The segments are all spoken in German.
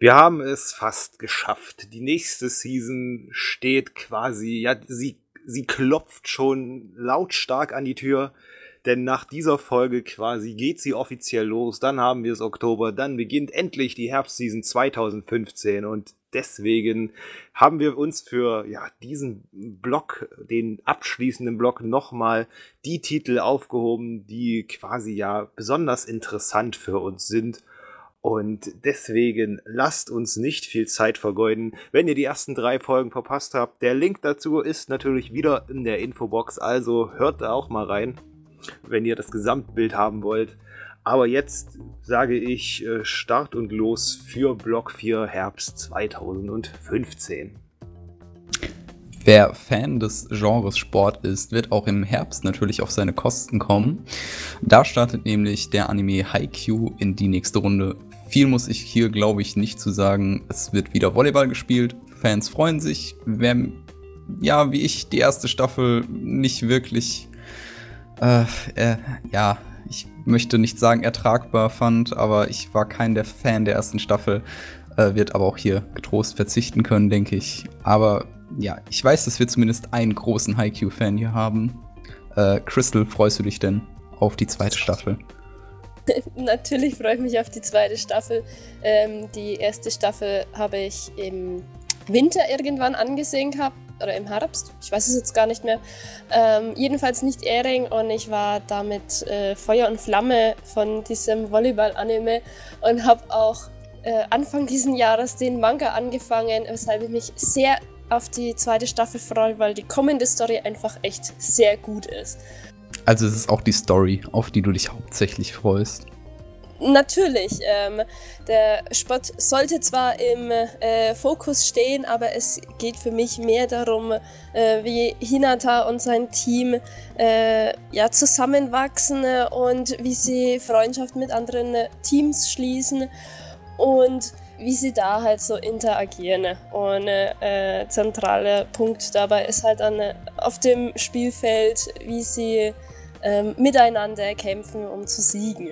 Wir haben es fast geschafft. Die nächste Season steht quasi, ja, sie klopft schon lautstark an die Tür, denn nach dieser Folge quasi geht sie offiziell los. Dann haben wir es Oktober, dann beginnt endlich die Herbstseason 2015 und deswegen haben wir uns für diesen Block, den abschließenden Block, nochmal die Titel aufgehoben, die quasi besonders interessant für uns sind. Und deswegen lasst uns nicht viel Zeit vergeuden. Wenn ihr die ersten 3 Folgen verpasst habt, der Link dazu ist natürlich wieder in der Infobox, also hört da auch mal rein, wenn ihr das Gesamtbild haben wollt. Aber jetzt sage ich Start und los für Block 4 Herbst 2015. Wer Fan des Genres Sport ist, wird auch im Herbst natürlich auf seine Kosten kommen. Da startet nämlich der Anime Haikyuu in die nächste Runde. Viel muss ich hier, glaube ich, nicht zu sagen. Es wird wieder Volleyball gespielt. Fans freuen sich. Wer, wie ich, die erste Staffel nicht wirklich, ich möchte nicht sagen ertragbar fand, aber ich war kein der Fan der ersten Staffel. Wird aber auch hier getrost verzichten können, denke ich. Aber ja, ich weiß, dass wir zumindest einen großen Haikyuu-Fan hier haben. Crystal, freust du dich denn auf die zweite Staffel? Natürlich freue ich mich auf die zweite Staffel. Die erste Staffel habe ich im Winter irgendwann angesehen gehabt. Oder im Herbst, ich weiß es jetzt gar nicht mehr. Jedenfalls nicht Ehring und ich war damit Feuer und Flamme von diesem Volleyball-Anime und habe auch Anfang diesen Jahres den Manga angefangen, weshalb ich mich sehr auf die zweite Staffel freue, weil die kommende Story einfach echt sehr gut ist. Also es ist auch die Story, auf die du dich hauptsächlich freust. Natürlich, der Sport sollte zwar im Fokus stehen, aber es geht für mich mehr darum, wie Hinata und sein Team zusammenwachsen und wie sie Freundschaft mit anderen Teams schließen und wie sie da halt so interagieren. Und zentraler Punkt dabei ist halt dann auf dem Spielfeld, wie sie miteinander kämpfen, um zu siegen.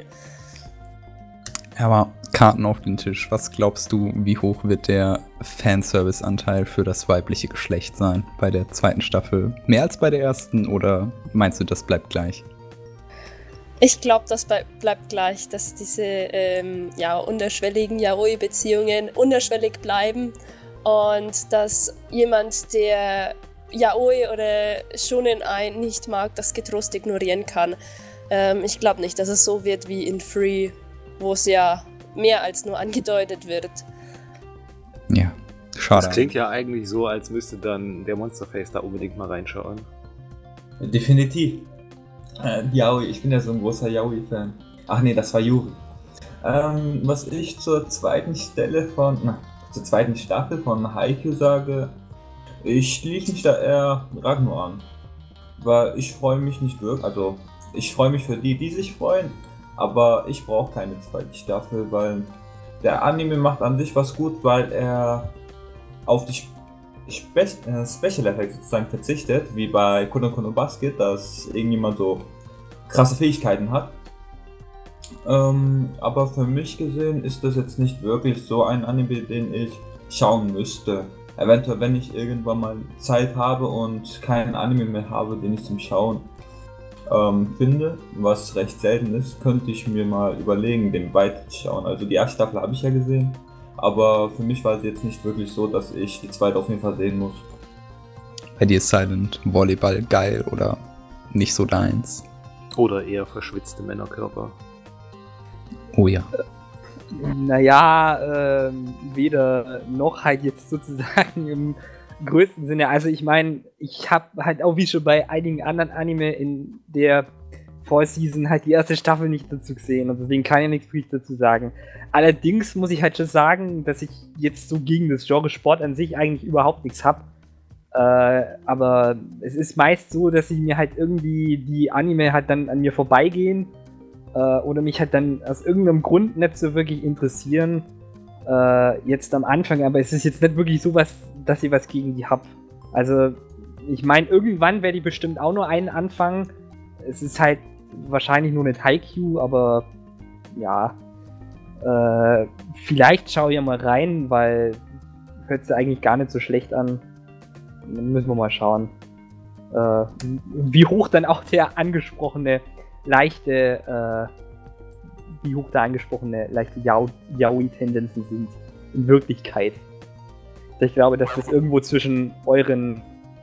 Aber Karten auf den Tisch. Was glaubst du, wie hoch wird der Fanservice-Anteil für das weibliche Geschlecht sein bei der zweiten Staffel? Mehr als bei der ersten oder meinst du, das bleibt gleich? Ich glaube, das bleibt gleich, dass diese unterschwelligen Yaoi-Beziehungen unterschwellig bleiben und dass jemand, der Yaoi oder Shonen Ai nicht mag, das getrost ignorieren kann. Ich glaube nicht, dass es so wird wie in Free, wo es ja mehr als nur angedeutet wird. Ja, schade. Das klingt ja eigentlich so, als müsste dann der Monsterface da unbedingt mal reinschauen. Definitiv. Yaoi, ich bin ja so ein großer Yaoi-Fan. Ach nee, das war Yuri. Was ich zur zweiten Staffel von Haikyuu sage, ich schließe mich da eher Ragnar an. Weil ich freue mich nicht wirklich, also ich freue mich für die sich freuen, aber ich brauche keine zweite Staffel, weil der Anime macht an sich was gut, weil er auf die Special Effects sozusagen verzichtet, wie bei Kono Kono Basket, dass irgendjemand so krasse Fähigkeiten hat. Aber für mich gesehen ist das jetzt nicht wirklich so ein Anime, den ich schauen müsste. Eventuell, wenn ich irgendwann mal Zeit habe und keinen Anime mehr habe, den ich zum Schauen finde, was recht selten ist, könnte ich mir mal überlegen, den weiterzuschauen. Also die erste Staffel habe ich ja gesehen, aber für mich war es jetzt nicht wirklich so, dass ich die zweite auf jeden Fall sehen muss. Bei dir ist Silent Volleyball geil oder nicht so deins? Oder eher verschwitzte Männerkörper. Oh ja. Naja, weder noch halt jetzt sozusagen im größten Sinne. Also ich meine, ich habe halt auch wie schon bei einigen anderen Anime in der Fall Season halt die erste Staffel nicht dazu gesehen und deswegen kann ich nichts wirklich dazu sagen. Allerdings muss ich halt schon sagen, dass ich jetzt so gegen das Genre Sport an sich eigentlich überhaupt nichts habe. Aber es ist meist so, dass ich mir halt irgendwie die Anime halt dann an mir vorbeigehen oder mich halt dann aus irgendeinem Grund nicht so wirklich interessieren. Jetzt am Anfang, aber es ist jetzt nicht wirklich so was, dass ich was gegen die hab. Also, ich meine, irgendwann werde ich bestimmt auch nur einen anfangen. Es ist halt wahrscheinlich nur nicht Haikyuu, aber ja. Vielleicht schaue ich ja mal rein, weil hört sich eigentlich gar nicht so schlecht an. Dann müssen wir mal schauen, wie hoch dann auch der angesprochene leichte Yaoi-Tendenzen sind in Wirklichkeit. Ich glaube, dass das irgendwo zwischen euren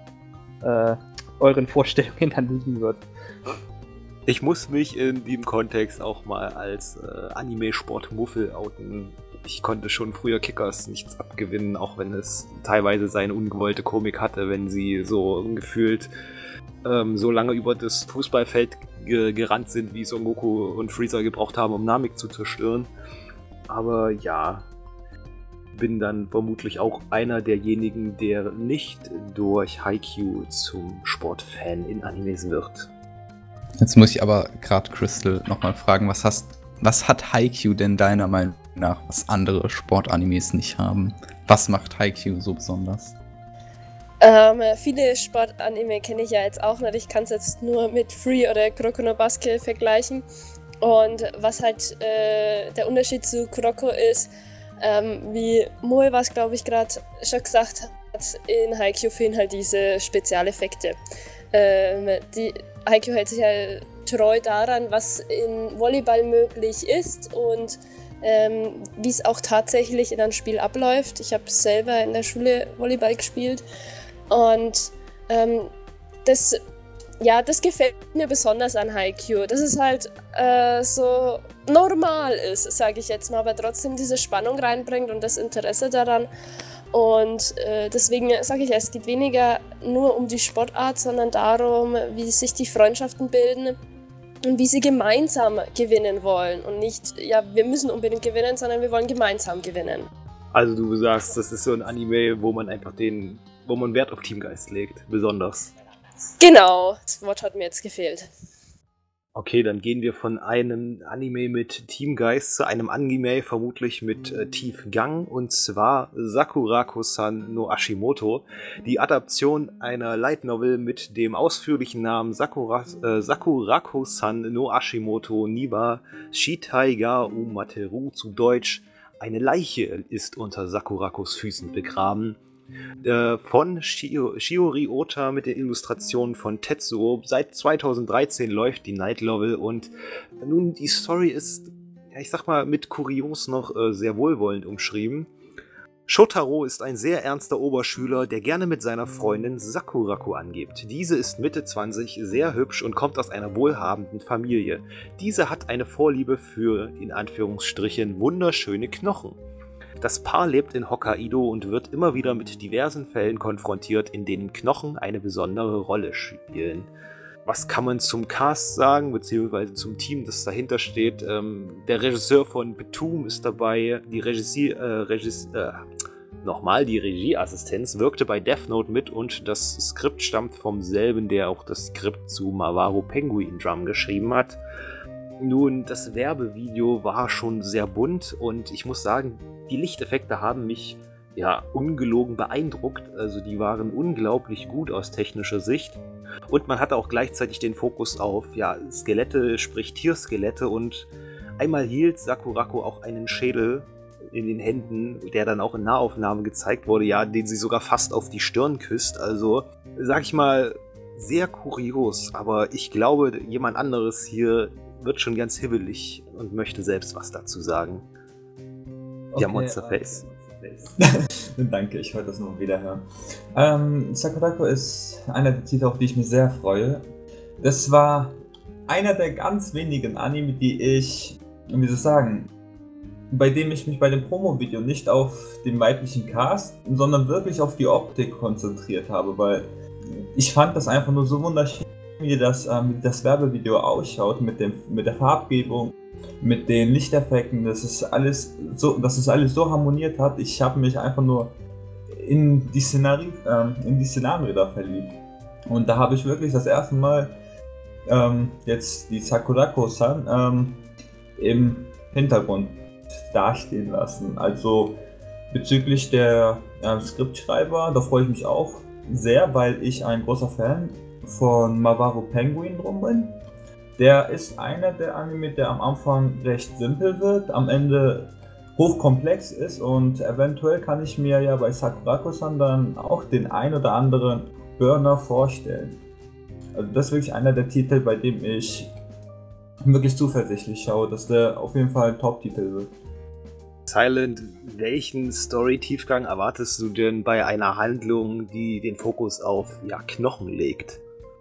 Vorstellungen dann liegen wird. Ich muss mich in diesem Kontext auch mal als Anime-Sport-Muffel outen. Ich konnte schon früher Kickers nichts abgewinnen, auch wenn es teilweise seine ungewollte Komik hatte, wenn sie so gefühlt so lange über das Fußballfeld gerannt sind, wie Son Goku und Freezer gebraucht haben, um Namek zu zerstören. Aber ja, bin dann vermutlich auch einer derjenigen, der nicht durch Haikyuu zum Sportfan in Animes wird. Jetzt muss ich aber gerade Crystal nochmal fragen, was hat Haikyuu denn deiner Meinung nach, was andere Sportanimes nicht haben? Was macht Haikyuu so besonders? Viele Sportanime kenne ich ja jetzt auch nicht. Ich kann es jetzt nur mit Free oder Kuroko no Basket vergleichen. Und was halt der Unterschied zu Kuroko ist, wie Moe was glaube ich gerade schon gesagt hat, in Haikyuu fehlen halt diese Spezialeffekte. Haikyuu hält sich ja treu daran, was in Volleyball möglich ist und wie es auch tatsächlich in einem Spiel abläuft. Ich habe selber in der Schule Volleyball gespielt und das gefällt mir besonders an Haikyuu, dass es halt so normal ist, sage ich jetzt mal, aber trotzdem diese Spannung reinbringt und das Interesse daran. Und deswegen sage ich, es geht weniger nur um die Sportart, sondern darum, wie sich die Freundschaften bilden und wie sie gemeinsam gewinnen wollen. Und nicht, ja, wir müssen unbedingt gewinnen, sondern wir wollen gemeinsam gewinnen. Also du sagst, das ist so ein Anime, wo man einfach wo man Wert auf Teamgeist legt, besonders. Genau, das Wort hat mir jetzt gefehlt. Okay, dann gehen wir von einem Anime mit Teamgeist zu einem Anime vermutlich mit Tiefgang, und zwar Sakurako-san no Ashimoto, die Adaption einer Light Novel mit dem ausführlichen Namen Sakurako-san no Ashimoto Niwa Shitai ga Umateru, zu Deutsch: Eine Leiche ist unter Sakurakos Füßen begraben. Von Shiori Ota mit den Illustrationen von Tetsuo. Seit 2013 läuft die Night Novel und nun, die Story ist, ja, ich sag mal, mit kurios noch sehr wohlwollend umschrieben. Shotaro ist ein sehr ernster Oberschüler, der gerne mit seiner Freundin Sakurako angibt. Diese ist Mitte 20, sehr hübsch und kommt aus einer wohlhabenden Familie. Diese hat eine Vorliebe für, in Anführungsstrichen, wunderschöne Knochen. Das Paar lebt in Hokkaido und wird immer wieder mit diversen Fällen konfrontiert, in denen Knochen eine besondere Rolle spielen. Was kann man zum Cast sagen, beziehungsweise zum Team, das dahinter steht? Der Regisseur von Betum ist dabei, die Regieassistenz wirkte bei Death Note mit und das Skript stammt vom selben, der auch das Skript zu Mawaru Penguin Drum geschrieben hat. Nun, das Werbevideo war schon sehr bunt und ich muss sagen, die Lichteffekte haben mich ja ungelogen beeindruckt. Also die waren unglaublich gut aus technischer Sicht. Und man hatte auch gleichzeitig den Fokus auf Skelette, sprich Tierskelette. Und einmal hielt Sakurako auch einen Schädel in den Händen, der dann auch in Nahaufnahmen gezeigt wurde, den sie sogar fast auf die Stirn küsst. Also, sag ich mal, sehr kurios. Aber ich glaube, jemand anderes hier wird schon ganz hibbelig und möchte selbst was dazu sagen. Okay, ja, Monsterface. Danke, ich wollte das nur wieder hören. Sakurako ist einer der Titel, auf die ich mich sehr freue. Das war einer der ganz wenigen Anime, bei dem ich mich bei dem Promo-Video nicht auf den weiblichen Cast, sondern wirklich auf die Optik konzentriert habe, weil ich fand das einfach nur so wunderschön, wie das Werbevideo ausschaut, mit der Farbgebung, mit den Lichteffekten, dass es alles so harmoniert hat. Ich habe mich einfach nur in die Szenario da verliebt. Und da habe ich wirklich das erste Mal jetzt die Sakurako-san im Hintergrund dastehen lassen. Also bezüglich der Skriptschreiber, da freue ich mich auch sehr, weil ich ein großer Fan von Mawaru Penguin drum bin. Der ist einer der Anime, der am Anfang recht simpel wird, am Ende hochkomplex ist und eventuell kann ich mir ja bei Sakurako-san dann auch den ein oder anderen Burner vorstellen. Also das ist wirklich einer der Titel, bei dem ich wirklich zuversichtlich schaue, dass der auf jeden Fall ein Top-Titel wird. Silent, welchen Story-Tiefgang erwartest du denn bei einer Handlung, die den Fokus auf Knochen legt?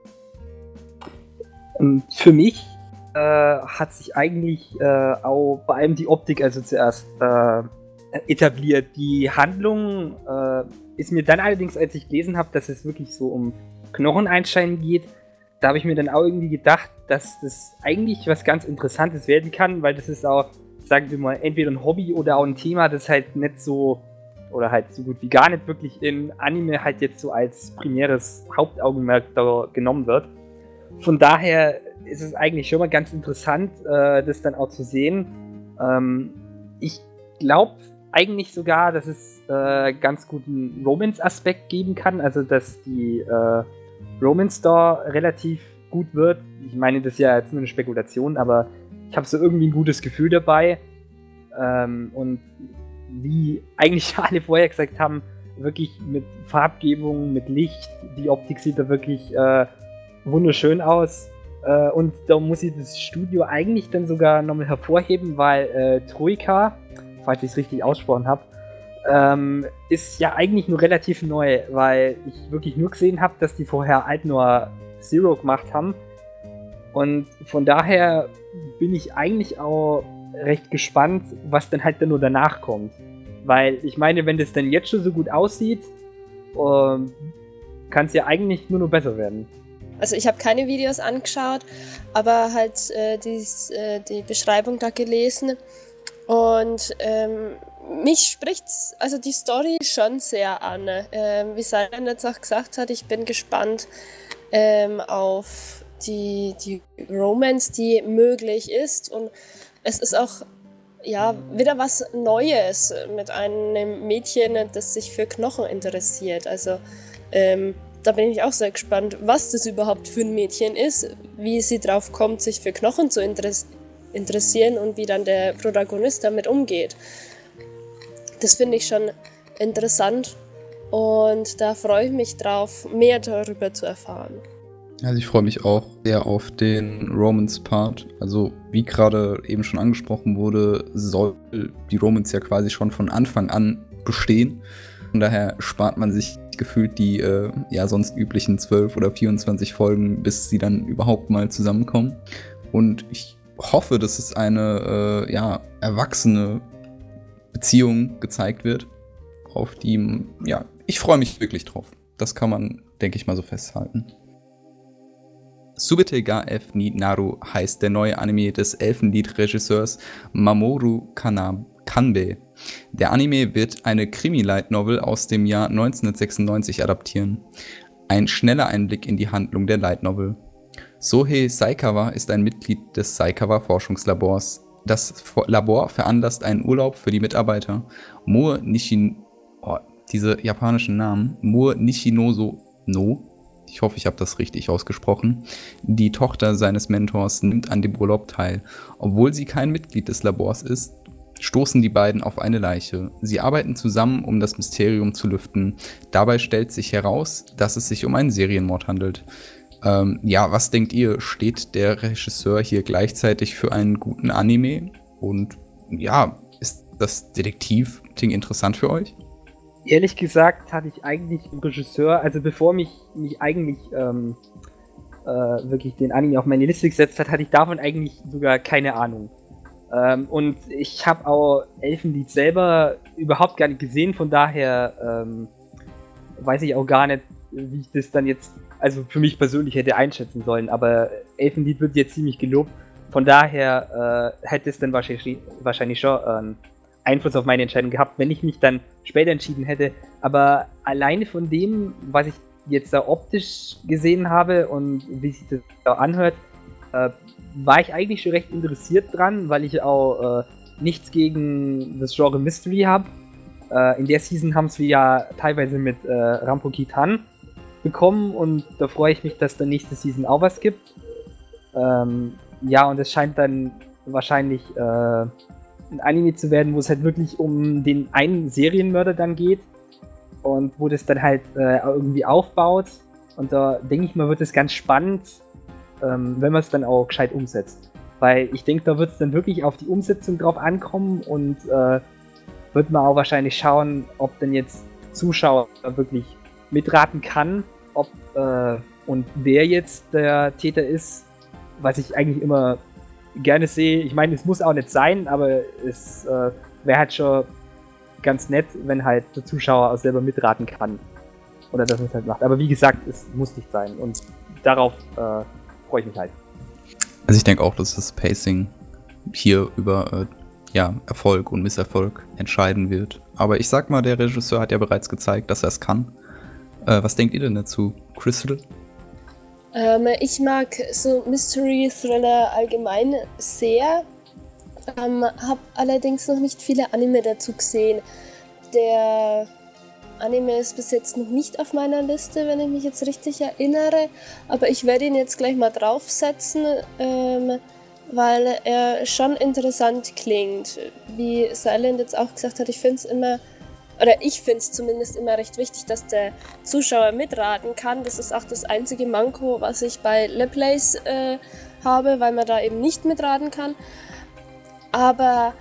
Für mich hat sich eigentlich auch vor allem die Optik also zuerst etabliert. Die Handlung ist mir dann allerdings, als ich gelesen habe, dass es wirklich so um Knocheneinscheiden geht, da habe ich mir dann auch irgendwie gedacht, dass das eigentlich was ganz Interessantes werden kann, weil das ist auch, sagen wir mal, entweder ein Hobby oder auch ein Thema, das halt nicht so, oder halt so gut wie gar nicht wirklich in Anime halt jetzt so als primäres Hauptaugenmerk da genommen wird. Von daher ist es eigentlich schon mal ganz interessant, das dann auch zu sehen. Ich glaube eigentlich sogar, dass es ganz guten Romance-Aspekt geben kann, also dass die Romance da relativ gut wird. Ich meine, das ist ja jetzt nur eine Spekulation, aber ich habe so irgendwie ein gutes Gefühl dabei. Und wie eigentlich alle vorher gesagt haben, wirklich mit Farbgebung, mit Licht, die Optik sieht da wirklich wunderschön aus. Und da muss ich das Studio eigentlich dann sogar nochmal hervorheben, weil Troika, falls ich es richtig ausgesprochen habe, ist ja eigentlich nur relativ neu, weil ich wirklich nur gesehen habe, dass die vorher halt nur Zero gemacht haben. Und von daher bin ich eigentlich auch recht gespannt, was dann halt dann nur danach kommt. Weil ich meine, wenn das dann jetzt schon so gut aussieht, kann es ja eigentlich nur noch besser werden. Also ich habe keine Videos angeschaut, aber halt die Beschreibung da gelesen. Und mich spricht's, also die Story schon sehr an. Wie Silent jetzt auch gesagt hat, ich bin gespannt auf die Romance, die möglich ist. Und es ist auch wieder was Neues mit einem Mädchen, das sich für Knochen interessiert. Also da bin ich auch sehr gespannt, was das überhaupt für ein Mädchen ist, wie sie drauf kommt, sich für Knochen zu interessieren und wie dann der Protagonist damit umgeht. Das finde ich schon interessant und da freue ich mich drauf, mehr darüber zu erfahren. Also ich freue mich auch sehr auf den Romance-Part. Also wie gerade eben schon angesprochen wurde, soll die Romance ja quasi schon von Anfang an bestehen. Von daher spart man sich gefühlt die sonst üblichen 12 oder 24 Folgen, bis sie dann überhaupt mal zusammenkommen. Und ich hoffe, dass es eine erwachsene Beziehung gezeigt wird, auf die, ich freue mich wirklich drauf. Das kann man, denke ich mal, so festhalten. Subite ga F ni Naru heißt der neue Anime des Elfenlied-Regisseurs Mamoru Kanbe. Der Anime wird eine Krimi-Light-Novel aus dem Jahr 1996 adaptieren. Ein schneller Einblick in die Handlung der Light-Novel. Sohei Saikawa ist ein Mitglied des Saikawa-Forschungslabors. Das Labor veranlasst einen Urlaub für die Mitarbeiter. Diese japanischen Namen. Moe Nishinoso no. Ich hoffe, ich habe das richtig ausgesprochen. Die Tochter seines Mentors nimmt an dem Urlaub teil. Obwohl sie kein Mitglied des Labors ist, stoßen die beiden auf eine Leiche. Sie arbeiten zusammen, um das Mysterium zu lüften. Dabei stellt sich heraus, dass es sich um einen Serienmord handelt. Was denkt ihr? Steht der Regisseur hier gleichzeitig für einen guten Anime? Und ist das Detektiv-Ding interessant für euch? Ehrlich gesagt hatte ich eigentlich einen Regisseur, also bevor mich eigentlich wirklich den Anime auf meine Liste gesetzt hat, hatte ich davon eigentlich sogar keine Ahnung. Und ich habe auch Elfenlied selber überhaupt gar nicht gesehen, von daher weiß ich auch gar nicht, wie ich das dann jetzt, also für mich persönlich hätte einschätzen sollen, aber Elfenlied wird jetzt ziemlich gelobt, von daher hätte es dann wahrscheinlich schon Einfluss auf meine Entscheidung gehabt, wenn ich mich dann später entschieden hätte, aber alleine von dem, was ich jetzt da optisch gesehen habe und wie sich das da anhört, war ich eigentlich schon recht interessiert dran, weil ich auch nichts gegen das Genre Mystery habe. In der Season haben wir ja teilweise mit Rampo-Kitan bekommen und da freue ich mich, dass der nächste Season auch was gibt. Ja, und es scheint dann wahrscheinlich ein Anime zu werden, wo es halt wirklich um den einen Serienmörder dann geht und wo das dann halt irgendwie aufbaut. Und da denke ich mal, wird es ganz spannend, wenn man es dann auch gescheit umsetzt. Weil ich denke, da wird es dann wirklich auf die Umsetzung drauf ankommen und wird man auch wahrscheinlich schauen, ob denn jetzt Zuschauer wirklich mitraten kann, ob und wer jetzt der Täter ist, was ich eigentlich immer gerne sehe. Ich meine, es muss auch nicht sein, aber es wäre halt schon ganz nett, wenn halt der Zuschauer auch selber mitraten kann. Oder dass man es halt macht. Aber wie gesagt, es muss nicht sein. Und darauf freue ich mich halt. Also ich denke auch, dass das Pacing hier über Erfolg und Misserfolg entscheiden wird. Aber ich sag mal, der Regisseur hat ja bereits gezeigt, dass er es kann. Was denkt ihr denn dazu, Crystal? Ich mag so Mystery-Thriller allgemein sehr. Habe allerdings noch nicht viele Anime dazu gesehen. Der Anime ist bis jetzt noch nicht auf meiner Liste, wenn ich mich jetzt richtig erinnere. Aber ich werde ihn jetzt gleich mal draufsetzen, weil er schon interessant klingt. Wie Silent jetzt auch gesagt hat, ich finde es zumindest immer recht wichtig, dass der Zuschauer mitraten kann. Das ist auch das einzige Manko, was ich bei LePlays habe, weil man da eben nicht mitraten kann. Aber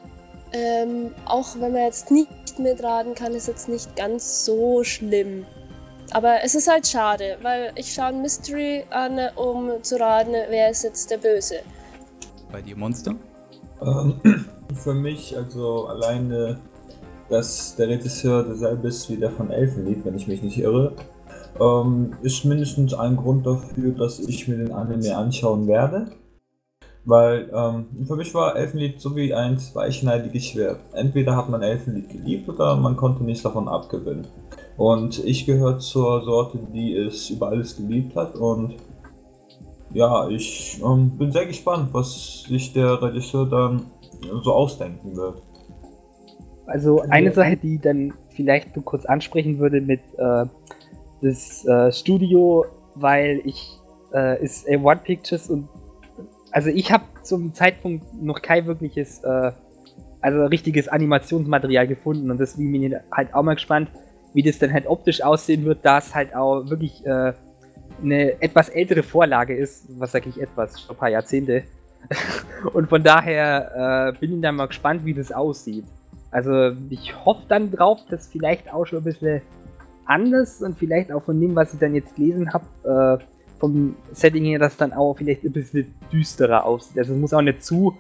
auch wenn man jetzt nicht mitraten kann, ist jetzt nicht ganz so schlimm. Aber es ist halt schade, weil ich schaue ein Mystery an, um zu raten, wer ist jetzt der Böse. Bei dir, Monster? Für mich, also alleine, dass der Regisseur derselbe ist wie der von Elfenlied, wenn ich mich nicht irre, ist mindestens ein Grund dafür, dass ich mir den Anime anschauen werde. Weil für mich war Elfenlied so wie ein zweischneidiges Schwert. Entweder hat man Elfenlied geliebt oder man konnte nichts davon abgewinnen. Und ich gehöre zur Sorte, die es über alles geliebt hat. Und ja, ich bin sehr gespannt, was sich der Regisseur dann so ausdenken wird. Also eine Sache, die dann vielleicht so kurz ansprechen würde mit das Studio, weil ist A1 Pictures und also ich habe zum Zeitpunkt noch kein wirkliches, richtiges Animationsmaterial gefunden und deswegen bin ich halt auch mal gespannt, wie das dann halt optisch aussehen wird, da es halt auch wirklich eine etwas ältere Vorlage ist, was sag ich etwas, schon ein paar Jahrzehnte. Und von daher bin ich dann mal gespannt, wie das aussieht. Also ich hoffe dann drauf, dass vielleicht auch schon ein bisschen anders und vielleicht auch von dem, was ich dann jetzt gelesen habe, vom Setting her, dass dann auch vielleicht ein bisschen düsterer aussieht. Also es muss auch nicht zu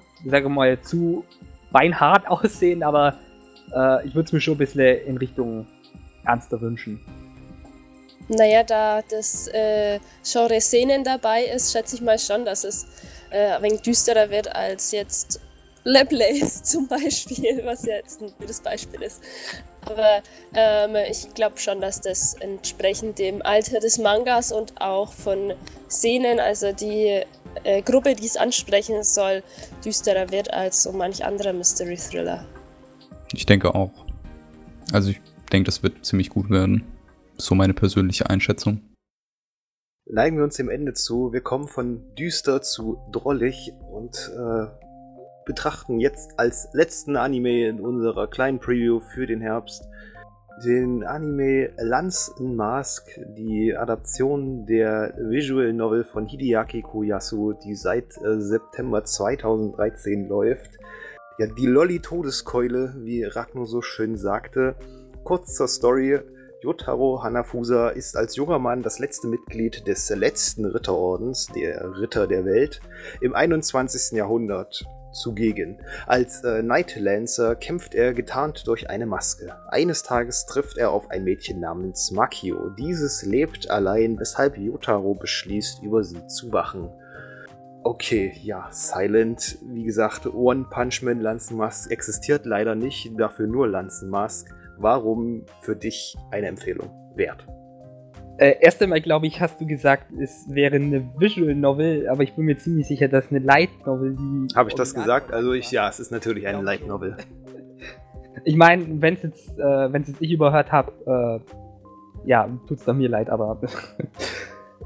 beinhart aussehen, aber ich würde es mir schon ein bisschen in Richtung ernster wünschen. Naja, da das Genre Szenen dabei ist, schätze ich mal schon, dass es ein wenig düsterer wird als jetzt LePlays zum Beispiel, was ja jetzt ein gutes Beispiel ist. Aber ich glaube schon, dass das entsprechend dem Alter des Mangas und auch von Szenen, also die Gruppe, die es ansprechen soll, düsterer wird als so manch anderer Mystery-Thriller. Ich denke auch. Also ich denke, das wird ziemlich gut werden. So meine persönliche Einschätzung. Neigen wir uns dem Ende zu. Wir kommen von düster zu drollig und betrachten jetzt als letzten Anime in unserer kleinen Preview für den Herbst den Anime Lanzen Mask, die Adaption der Visual Novel von Hideaki Koyasu, die seit September 2013 läuft. Ja, die Lolli-Todeskeule, wie Ragnar so schön sagte. Kurz zur Story. Yotaro Hanafusa ist als junger Mann das letzte Mitglied des letzten Ritterordens, der Ritter der Welt, im 21. Jahrhundert zugegen. Als Night Lancer kämpft er getarnt durch eine Maske. Eines Tages trifft er auf ein Mädchen namens Makio. Dieses lebt allein, weshalb Yotaro beschließt, über sie zu wachen. Okay, ja, Silent, wie gesagt, One Punch Man Lanzenmask existiert leider nicht, dafür nur Lanzenmask. Warum für dich eine Empfehlung wert? Erst einmal, glaube ich, hast du gesagt, es wäre eine Visual Novel, aber ich bin mir ziemlich sicher, dass eine Light Novel die... Habe ich das gesagt? Also ja, es ist natürlich eine Light Novel. Ich meine, wenn es jetzt ich überhört habe, ja, tut's doch mir leid, aber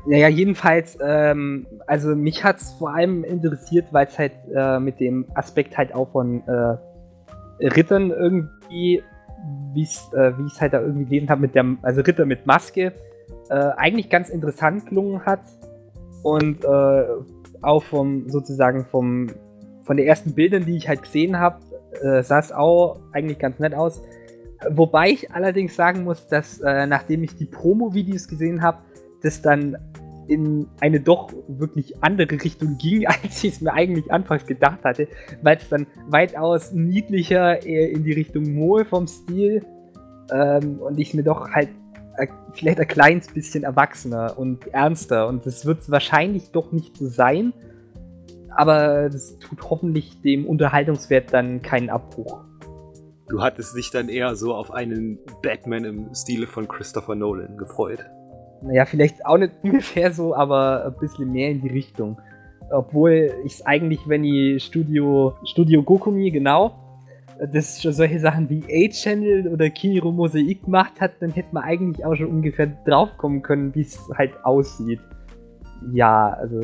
Naja, jedenfalls, also mich hat es vor allem interessiert, weil es halt mit dem Aspekt halt auch von Rittern irgendwie, wie ich es halt da irgendwie gelesen habe, also Ritter mit Maske, eigentlich ganz interessant gelungen hat. Und auch von den ersten Bildern, die ich halt gesehen habe, sah es auch eigentlich ganz nett aus. Wobei ich allerdings sagen muss, dass nachdem ich die Promo-Videos gesehen habe, das dann in eine doch wirklich andere Richtung ging, als ich es mir eigentlich anfangs gedacht hatte, weil es dann weitaus niedlicher eher in die Richtung Moe vom Stil und ich mir doch halt vielleicht ein kleines bisschen erwachsener und ernster, und das wird es wahrscheinlich doch nicht so sein, aber das tut hoffentlich dem Unterhaltungswert dann keinen Abbruch. Du hattest dich dann eher so auf einen Batman im Stile von Christopher Nolan gefreut. Naja, vielleicht auch nicht ungefähr so, aber ein bisschen mehr in die Richtung. Obwohl ich es eigentlich, wenn ich Studio Gokumi, genau, das schon solche Sachen wie A-Channel oder Kiniro Mosaik gemacht hat, dann hätte man eigentlich auch schon ungefähr draufkommen können, wie es halt aussieht. Ja, also.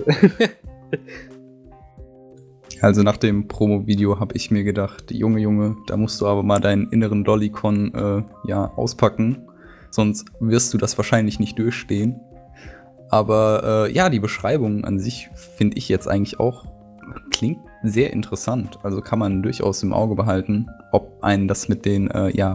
Also nach dem Promo-Video habe ich mir gedacht, Junge, da musst du aber mal deinen inneren Lollicon auspacken. Sonst wirst du das wahrscheinlich nicht durchstehen. Aber die Beschreibung an sich finde ich jetzt eigentlich auch, klingt sehr interessant. Also kann man durchaus im Auge behalten, ob einen das mit den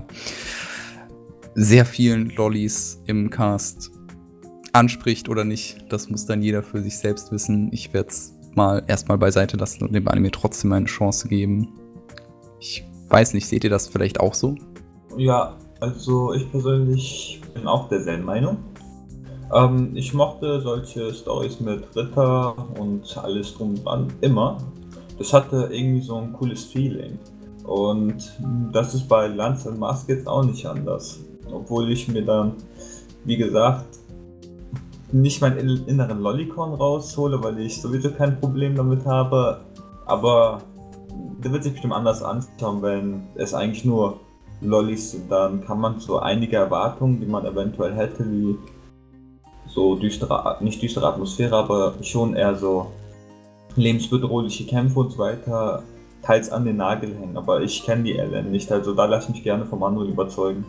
sehr vielen Lollis im Cast anspricht oder nicht. Das muss dann jeder für sich selbst wissen. Ich werde es erstmal beiseite lassen und dem Anime trotzdem eine Chance geben. Ich weiß nicht, seht ihr das vielleicht auch so? Ja, also ich persönlich bin auch derselben Meinung. Ich mochte solche Storys mit Ritter und alles drum und dran immer. Das hatte irgendwie so ein cooles Feeling. Und das ist bei Lanz und Maske jetzt auch nicht anders. Obwohl ich mir dann, wie gesagt, nicht meinen inneren Lollicon raushole, weil ich sowieso kein Problem damit habe. Aber der wird sich bestimmt anders anschauen, wenn es eigentlich nur Lollis sind. Dann kann man so einige Erwartungen, die man eventuell hätte, wie so nicht düstere Atmosphäre, aber schon eher so lebensbedrohliche Kämpfe und so weiter, teils an den Nagel hängen. Aber ich kenne die LN nicht, also da lasse ich mich gerne vom anderen überzeugen.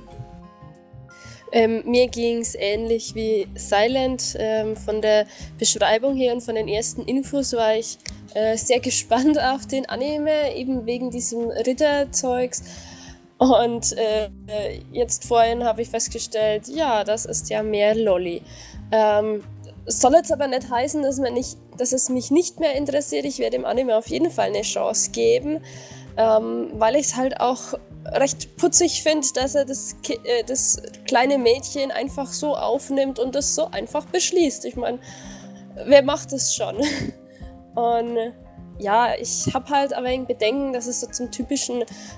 Mir ging es ähnlich wie Silent. Von der Beschreibung her und von den ersten Infos war ich sehr gespannt auf den Anime, eben wegen diesem Ritterzeugs. Und jetzt vorhin habe ich festgestellt, ja, das ist ja mehr Lolli. Soll jetzt aber nicht heißen, dass es mich nicht mehr interessiert. Ich werde dem Anime auf jeden Fall eine Chance geben, weil ich es halt auch recht putzig finde, dass er das kleine Mädchen einfach so aufnimmt und das so einfach beschließt. Ich meine, wer macht das schon? Und ja, ich habe halt aber ein Bedenken, dass es so zum typischen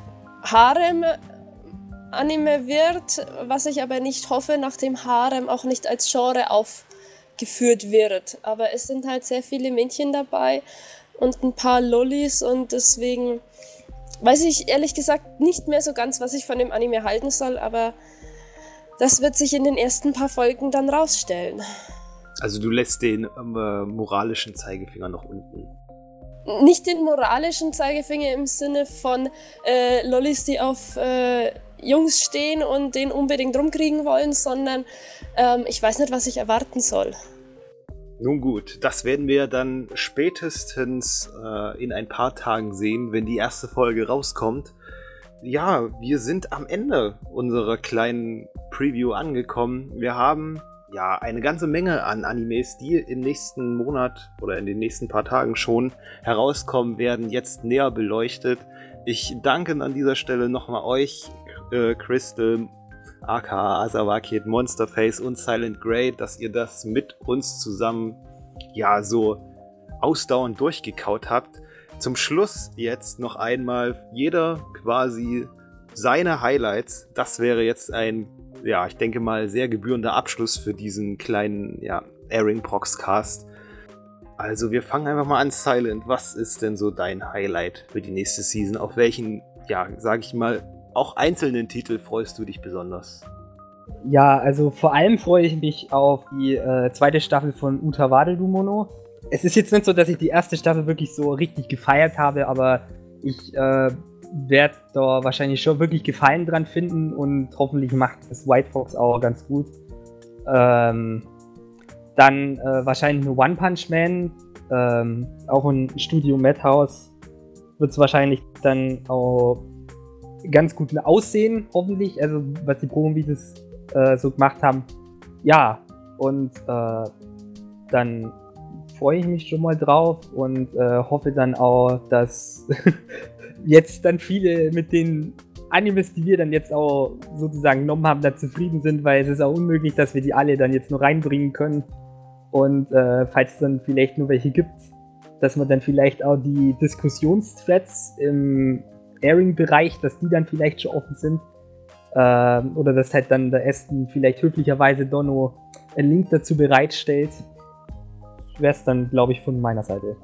Harem-Anime wird, was ich aber nicht hoffe, nachdem Harem auch nicht als Genre aufgeführt wird. Aber es sind halt sehr viele Mädchen dabei und ein paar Lollis, und deswegen weiß ich ehrlich gesagt nicht mehr so ganz, was ich von dem Anime halten soll, aber das wird sich in den ersten paar Folgen dann rausstellen. Also du lässt den moralischen Zeigefinger noch unten. Nicht den moralischen Zeigefinger im Sinne von Lollis, die auf Jungs stehen und den unbedingt rumkriegen wollen, sondern ich weiß nicht, was ich erwarten soll. Nun gut, das werden wir dann spätestens in ein paar Tagen sehen, wenn die erste Folge rauskommt. Ja, wir sind am Ende unserer kleinen Preview angekommen. Wir haben ja eine ganze Menge an Animes, die im nächsten Monat oder in den nächsten paar Tagen schon herauskommen werden, jetzt näher beleuchtet. Ich danke an dieser Stelle nochmal euch, Crystal, aka Asawaki, Monsterface und Silent Grey, dass ihr das mit uns zusammen ja so ausdauernd durchgekaut habt. Zum Schluss jetzt noch einmal jeder quasi seine Highlights. Das wäre jetzt ein, ja, ich denke mal, sehr gebührender Abschluss für diesen kleinen, ja, Airing Proxcast. Also wir fangen einfach mal an, Silent. Was ist denn so dein Highlight für die nächste Season? Auf welchen, ja, sag ich mal, auch einzelnen Titel freust du dich besonders? Ja, also vor allem freue ich mich auf die zweite Staffel von Uta Wadeldumono. Es ist jetzt nicht so, dass ich die erste Staffel wirklich so richtig gefeiert habe, aber ich werde da wahrscheinlich schon wirklich Gefallen dran finden und hoffentlich macht das White Fox auch ganz gut. Dann wahrscheinlich eine One Punch Man, auch ein Studio Madhouse wird es wahrscheinlich dann auch ganz gut aussehen, hoffentlich, also was die Promo-Videos so gemacht haben. Ja, und dann freue ich mich schon mal drauf und hoffe dann auch, dass jetzt dann viele mit den Animes, die wir dann jetzt auch sozusagen genommen haben, da zufrieden sind, weil es ist auch unmöglich, dass wir die alle dann jetzt nur reinbringen können. Und falls es dann vielleicht nur welche gibt, dass man dann vielleicht auch die Diskussionsthreads im Airing-Bereich, dass die dann vielleicht schon offen sind. Oder dass halt dann der Aston vielleicht höflicherweise Donno einen Link dazu bereitstellt. Wäre es dann, glaube ich, von meiner Seite.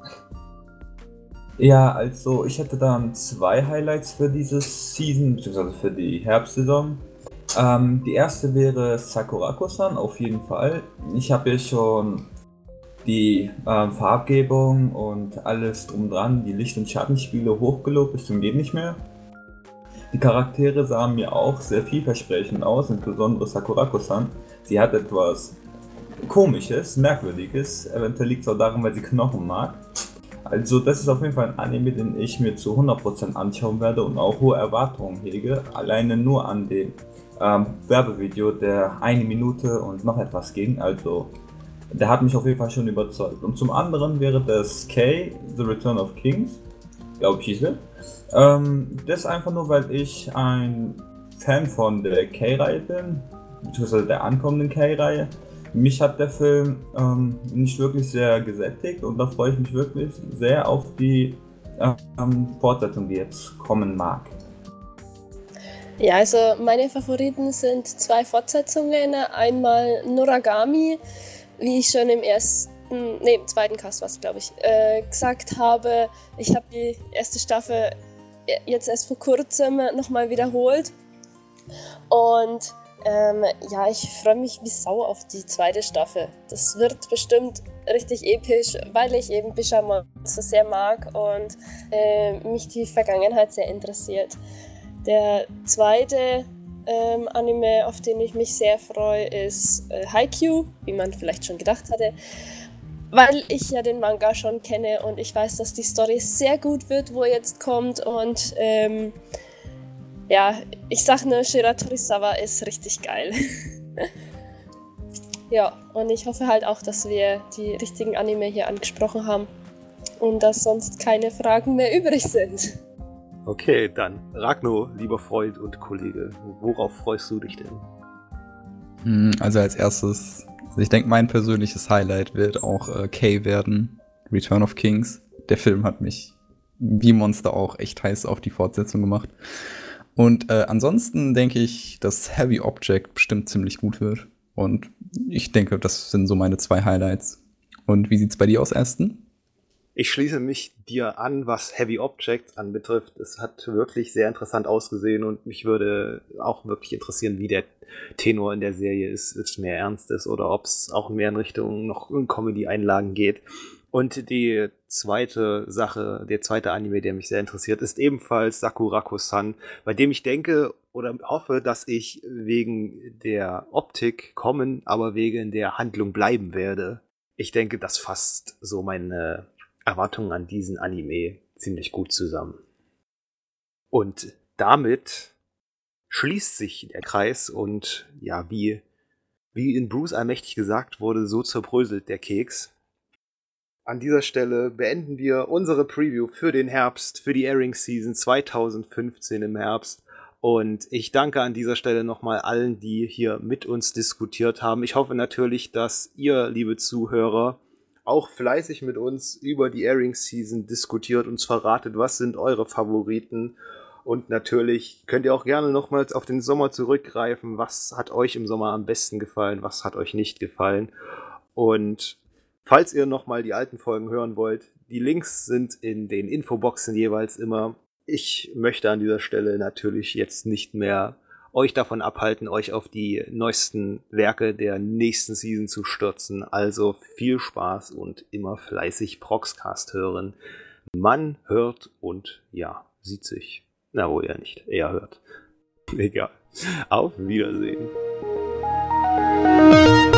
Ja, also ich hätte dann 2 Highlights für diese Season, beziehungsweise für die Herbstsaison. Die erste wäre Sakurako-san, auf jeden Fall. Ich habe ja schon die Farbgebung und alles drum dran, die Licht- und Schattenspiele hochgelobt bis zum geht nicht mehr. Die Charaktere sahen mir auch sehr vielversprechend aus, insbesondere Sakurako-san. Sie hat etwas Komisches, Merkwürdiges, eventuell liegt es auch daran, weil sie Knochen mag. Also das ist auf jeden Fall ein Anime, den ich mir zu 100% anschauen werde und auch hohe Erwartungen hege, alleine nur an dem Werbevideo, der 1 Minute und noch etwas ging, also der hat mich auf jeden Fall schon überzeugt. Und zum anderen wäre das K, The Return of Kings, glaube ich hieß er. Das einfach nur, weil ich ein Fan von der K-Reihe bin, beziehungsweise der ankommenden K-Reihe. Mich hat der Film nicht wirklich sehr gesättigt und da freue ich mich wirklich sehr auf die Fortsetzung, die jetzt kommen mag. Ja, also meine Favoriten sind 2 Fortsetzungen. Einmal Noragami, wie ich schon im zweiten Cast war es, glaube ich, gesagt habe. Ich habe die erste Staffel jetzt erst vor kurzem nochmal wiederholt. Und ja, ich freue mich wie Sau auf die zweite Staffel. Das wird bestimmt richtig episch, weil ich eben Bishamon so sehr mag und mich die Vergangenheit sehr interessiert. Der zweite Anime, auf den ich mich sehr freue, ist Haikyuu, wie man vielleicht schon gedacht hatte, weil ich ja den Manga schon kenne und ich weiß, dass die Story sehr gut wird, wo er jetzt kommt und ja, ich sag nur, Shira Torisawa ist richtig geil. Ja, und ich hoffe halt auch, dass wir die richtigen Anime hier angesprochen haben und dass sonst keine Fragen mehr übrig sind. Okay, dann Ragno, lieber Freund und Kollege, worauf freust du dich denn? Also als erstes, ich denke, mein persönliches Highlight wird auch K werden, Return of Kings. Der Film hat mich, wie Monster auch, echt heiß auf die Fortsetzung gemacht. Und ansonsten denke ich, dass Heavy Object bestimmt ziemlich gut wird. Und ich denke, das sind so meine 2 Highlights. Und wie sieht's bei dir aus, Aston? Ich schließe mich dir an, was Heavy Object anbetrifft. Es hat wirklich sehr interessant ausgesehen und mich würde auch wirklich interessieren, wie der Tenor in der Serie ist. Ob es mehr ernst ist oder ob es auch mehr in Richtung noch Comedy-Einlagen geht. Und die zweite Sache, der zweite Anime, der mich sehr interessiert, ist ebenfalls Sakurako-san, bei dem ich denke oder hoffe, dass ich wegen der Optik kommen, aber wegen der Handlung bleiben werde. Ich denke, das fasst so meine Erwartungen an diesen Anime ziemlich gut zusammen. Und damit schließt sich der Kreis und ja, wie in Bruce allmächtig gesagt wurde, so zerbröselt der Keks. An dieser Stelle beenden wir unsere Preview für den Herbst, für die Airing Season 2015 im Herbst. Und ich danke an dieser Stelle nochmal allen, die hier mit uns diskutiert haben. Ich hoffe natürlich, dass ihr, liebe Zuhörer, auch fleißig mit uns über die Airing Season diskutiert, uns verratet, was sind eure Favoriten. Und natürlich könnt ihr auch gerne nochmals auf den Sommer zurückgreifen. Was hat euch im Sommer am besten gefallen? Was hat euch nicht gefallen? Und falls ihr nochmal die alten Folgen hören wollt, die Links sind in den Infoboxen jeweils immer. Ich möchte an dieser Stelle natürlich jetzt nicht mehr euch davon abhalten, euch auf die neuesten Werke der nächsten Season zu stürzen. Also viel Spaß und immer fleißig Proxcast hören. Man hört und ja, sieht sich. Na wohl ja nicht, er hört. Egal. Auf Wiedersehen.